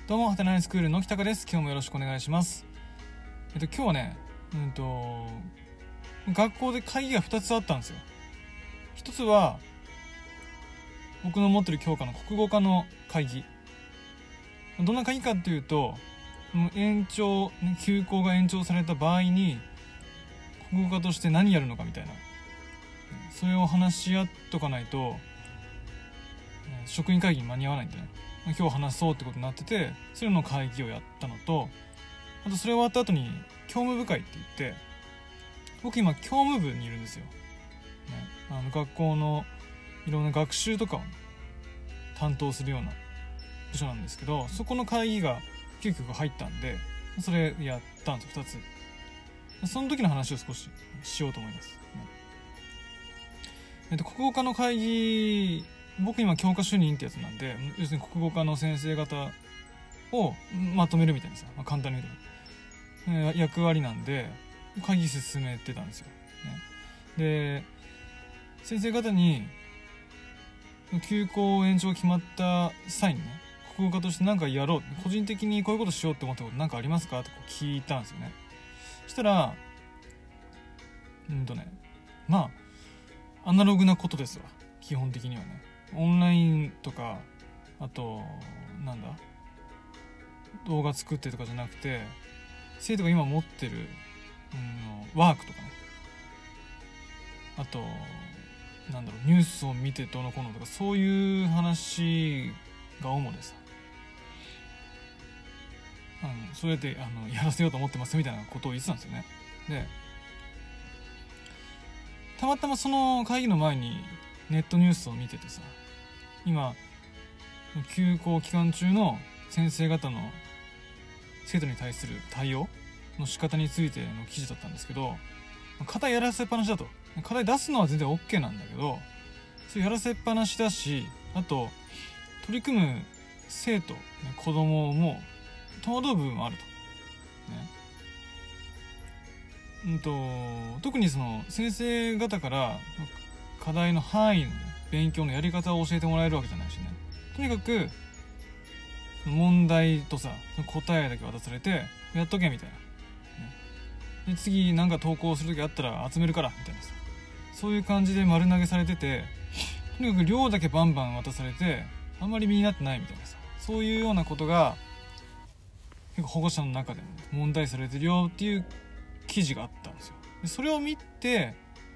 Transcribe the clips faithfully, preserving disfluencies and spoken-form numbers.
どうも、はてなにスクールの北川です。今日もよろしくお願いします。えっと今日はね、うんと学校で会議がふたつあったんですよ。ひとつは僕の持ってる教科の国語科の会議。どんな会議かっていうと、延長休校が延長された場合に国語科として何やるのかみたいな、それを話し合っとかないと職員会議に間に合わないんでね、今日話そうってことになってて、それの会議をやったのと、あとそれ終わった後に教務部会って言って、僕今教務部にいるんですよ、ね、あの学校のいろんな学習とかを担当するような部署なんですけど、そこの会議が急遽入ったんで、それやったんですよ。ふたつ。その時の話を少ししようと思います、ね。えっと国語科の会議、僕今教科主任ってやつなんで、要するに国語科の先生方をまとめるみたいなさ、まあ、簡単に言うと、えー、役割なんで会議進めてたんですよ、ね、で先生方に休校延長決まった際にね、国語科として何かやろう、個人的にこういうことしようって思ったこと何かありますかってこう聞いたんですよね。そしたらうんとねまあアナログなことですわ、基本的にはね。オンラインとか、あとなんだ動画作ってとかじゃなくて、生徒が今持ってる、うん、ワークとかね、あとなんだろうニュースを見てどうのこうのとか、そういう話が主でさ、あのそれであのやらせようと思ってますみたいなことを言ってたんですよね。でたまたまその会議の前にネットニュースを見ててさ、今休校期間中の先生方の生徒に対する対応の仕方についての記事だったんですけど、課題やらせっぱなしだと。課題出すのは全然 OK なんだけど、それやらせっぱなしだし、あと取り組む生徒、子供も戸惑う部分もあると、ね。うんと特にその先生方から課題の範囲の、ね、勉強のやり方を教えてもらえるわけじゃないしね。とにかく問題とさ、答えだけ渡されてやっとけみたいな、ね、で次なんか投稿する時あったら集めるからみたいなさ、そういう感じで丸投げされてて、とにかく量だけバンバン渡されてあんまり身になってないみたいなさ、そういうようなことが結構保護者の中でも、ね、問題されてるよっていう記事があったんですよ。でそれを見て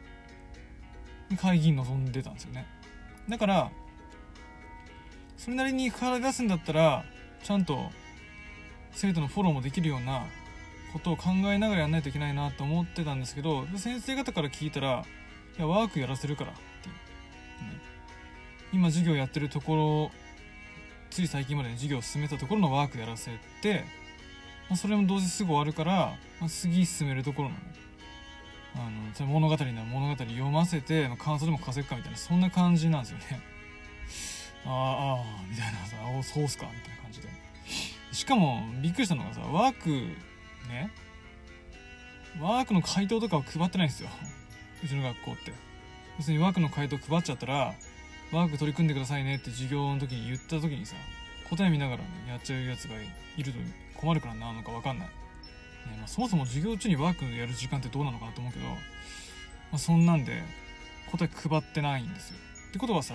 会議に臨んでたんですよね。だからそれなりに体出すんだったらちゃんと生徒のフォローもできるようなことを考えながらやらないといけないなと思ってたんですけど、先生方から聞いたら、いやワークやらせるからっていう、ね、今授業やってるところ、つい最近まで、ね、授業を進めたところのワークやらせて、まあ、それもどうせすぐ終わるから、まあ、次進めるところのね、あのそれ物語なら物語読ませて感想でも書かせるかみたいな、そんな感じなんですよね。あーあーみたいなさ、おそうっすかみたいな感じで、しかもびっくりしたのがさ、ワークねワークの回答とかを配ってないんですよ、うちの学校って。要するにワークの回答配っちゃったら、ワーク取り組んでくださいねって授業の時に言った時にさ、答え見ながらねやっちゃうやつがいると困るからなのか分かんない、ねまあ、そもそも授業中にワークやる時間ってどうなのかなと思うけど、まあ、そんなんで答え配ってないんですよ。ってことはさ、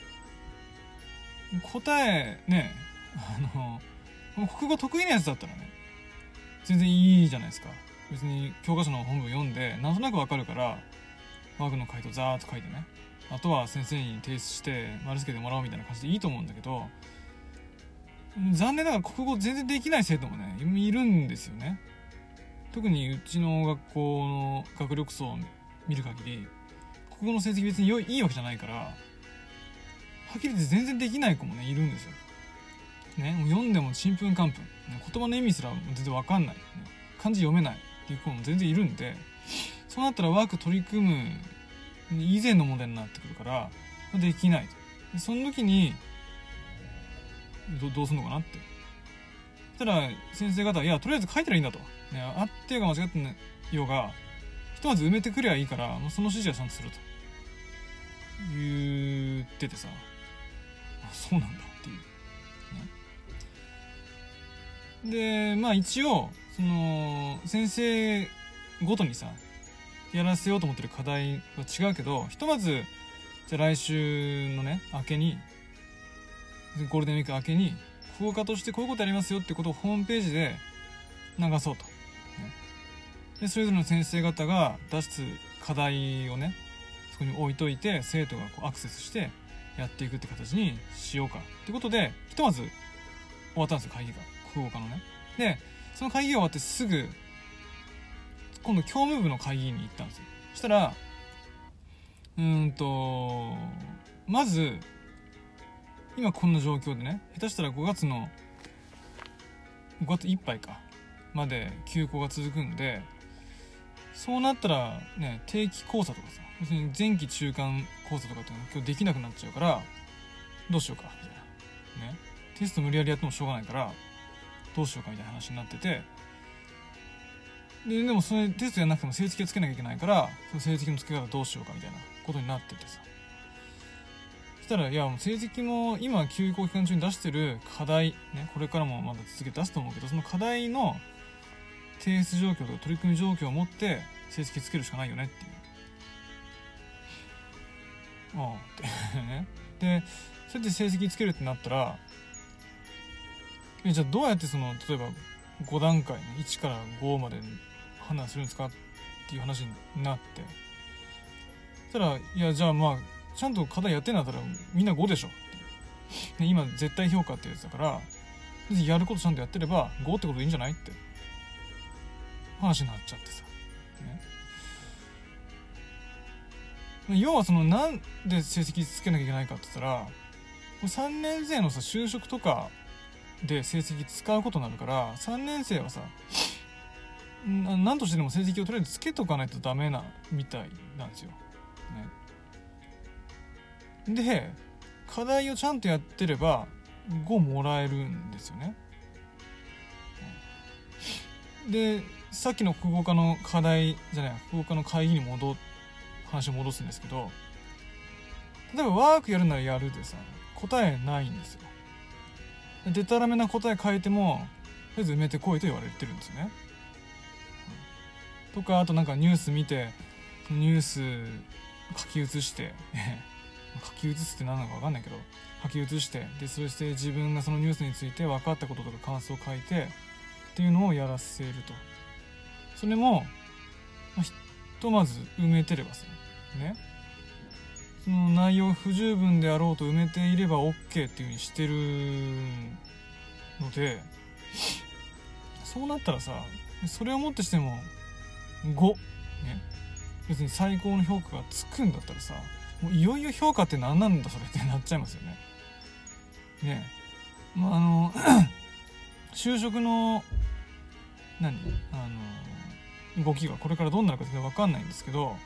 答えね、あの国語得意なやつだったらね全然いいじゃないですか。別に教科書の本文読んでなんとなく分かるからワークの回答ザーッと書いてね、あとは先生に提出して丸付けてもらおうみたいな感じでいいと思うんだけど、残念ながら国語全然できない生徒もねいるんですよね。特にうちの学校の学力層を見る限り国語の成績別に良いいいわけじゃないから、はっきり言って全然できない子もねいるんですよね。もう読んでもちんぷんかんぷん、ね、言葉の意味すら全然わかんない、ね、漢字読めないっていう子も全然いるんで、そうなったらワーク取り組む以前の問題になってくるからできないと。でその時に ど, どうすんのかなって。そしたら先生方は、いやとりあえず書いたらいいんだと、ね、あってようが間違ってようがひとまず埋めてくればいいから、もうその指示はちゃんとすると言っててさ、あそうなんだっていう、ね、 でまあ一応その先生ごとにさやらせようと思ってる課題は違うけど、ひとまずじゃあ来週のね明けにゴールデンウィーク明けに福岡としてこういうことやりますよってことをホームページで流そうと、ね、でそれぞれの先生方が出す課題をねそこに置いといて生徒がこうアクセスしてやっていくって形にしようかってことでひとまず終わったんですよ、会議が福岡のね。でその会議が終わってすぐ今度教務部の会議に行ったんですよ。そしたらうーんとまず今こんな状況でね、下手したらごがつのごがついっぱいかまで休校が続くんで、そうなったらね定期考査とかさ、要するに前期中間考査とかっていうのが今日できなくなっちゃうからどうしようかみたいなね、テスト無理やりやってもしょうがないからどうしようかみたいな話になってて、ででもそれテストやんなくても成績をつけなきゃいけないから、その成績のつけ方どうしようかみたいなことになっててさ、そしたらいやもう成績も今休校期間中に出してる課題ね、これからもまだ続けて出すと思うけど、その課題の提出状況とか取り組み状況を持って成績つけるしかないよねっていう。ああってね。でそうやって成績つけるってなったら、えじゃあどうやってその例えばご段階ねいちからごまで判断するんですかっていう話になって、そしたらいやじゃあまあちゃんと課題やってんだったらみんなごでしょって、ね、今絶対評価ってやつだからやることちゃんとやってればごってことでいいんじゃないって話になっちゃってさ、ね、要はそのなんで成績つけなきゃいけないかって言ったら、さんねん生のさ就職とかで成績使うことになるから、さんねん生はさ何としてでも成績をとりあえずつけとかないとダメなみたいなんですよ、ね、で課題をちゃんとやってればごもらえるんですよね。でさっきの国語科の課題じゃない国語科の会議に戻話を戻すんですけど、例えばワークやるならやるでさ答えないんですよ。でたらめな答え書いてもとりあえず埋めてこいと言われてるんですよね。とかあとなんかニュース見てニュース書き写して書き写すって何なのか分かんないけど書き写してでそして自分がそのニュースについて分かったこととか感想を書いてっていうのをやらせると、それも、まあ、ひとまず埋めてればさね、その内容不十分であろうと埋めていれば OK っていう風にしてるので、そうなったらさそれをもってしてもご、ね、別に最高の評価がつくんだったらさもういよいよ評価って何なんだそれってなっちゃいますよね。ねえ、まああの就職の何あの動きがこれからどうなるかって分かんないんですけど、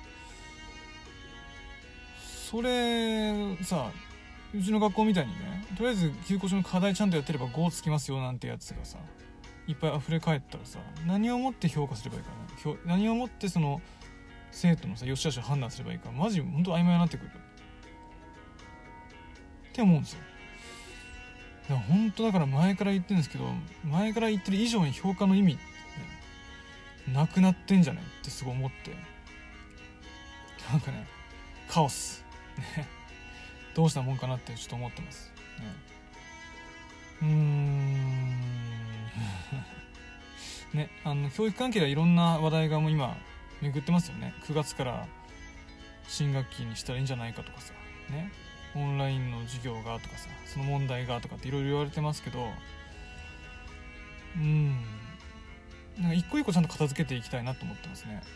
それさうちの学校みたいにねとりあえず休校中の課題ちゃんとやってればごつきますよなんてやつがさいっぱい溢れ返ったらさ何をもって評価すればいいかな、何をもってその生徒のさ良し悪しを判断すればいいかマジ本当曖昧になってくるって思うんですよ。だから本当だから前から言ってるんですけど前から言ってる以上に評価の意味、ね、なくなってんじゃねってすごい思って、なんかねカオスねどうしたもんかなってちょっと思ってます、ね、うーんね、あの教育関係ではいろんな話題がもう今巡ってますよね。くがつから新学期にしたらいいんじゃないかとかさ、ね、オンラインの授業がとかさその問題がとかっていろいろ言われてますけど、うーんなんか一個一個ちゃんと片付けていきたいなと思ってますね。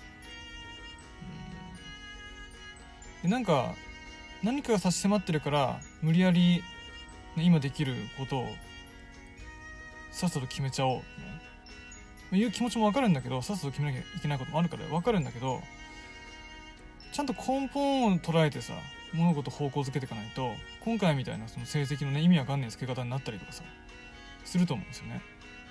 でなんか何かが差し迫ってるから無理やり、ね、今できることをさっさと決めちゃおう、ね、いう気持ちも分かるんだけどさっさと決めなきゃいけないこともあるから分かるんだけど、ちゃんと根本を捉えてさ物事方向づけていかないと今回みたいなその成績のね意味わかんない付け方になったりとかさすると思うんですよね。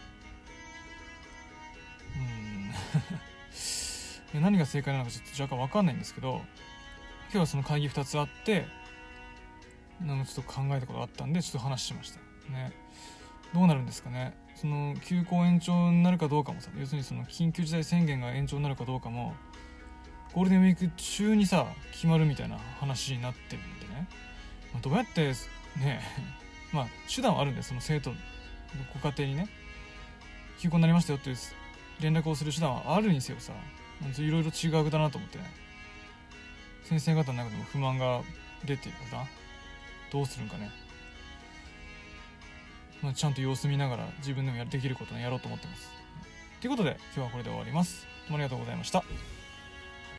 うーん何が正解なのかちょっと若干分かんないんですけど、今日はその会議ふたつあってなんかちょっと考えたことがあったんでちょっと話しましたね。 どうなるんですかね。その休校延長になるかどうかもさ、要するにその緊急事態宣言が延長になるかどうかもゴールデンウィーク中にさ決まるみたいな話になってるんでね、まあ、どうやってねまあ手段はあるんで、その生徒のご家庭にね休校になりましたよっていう連絡をする手段はあるにせよさ、いろいろ違うだなと思ってね、先生方の中でも不満が出てるからどうするんかね。まあ、ちゃんと様子見ながら自分でもやできることをやろうと思ってます。ということで今日はこれで終わります。どうもありがとうございました。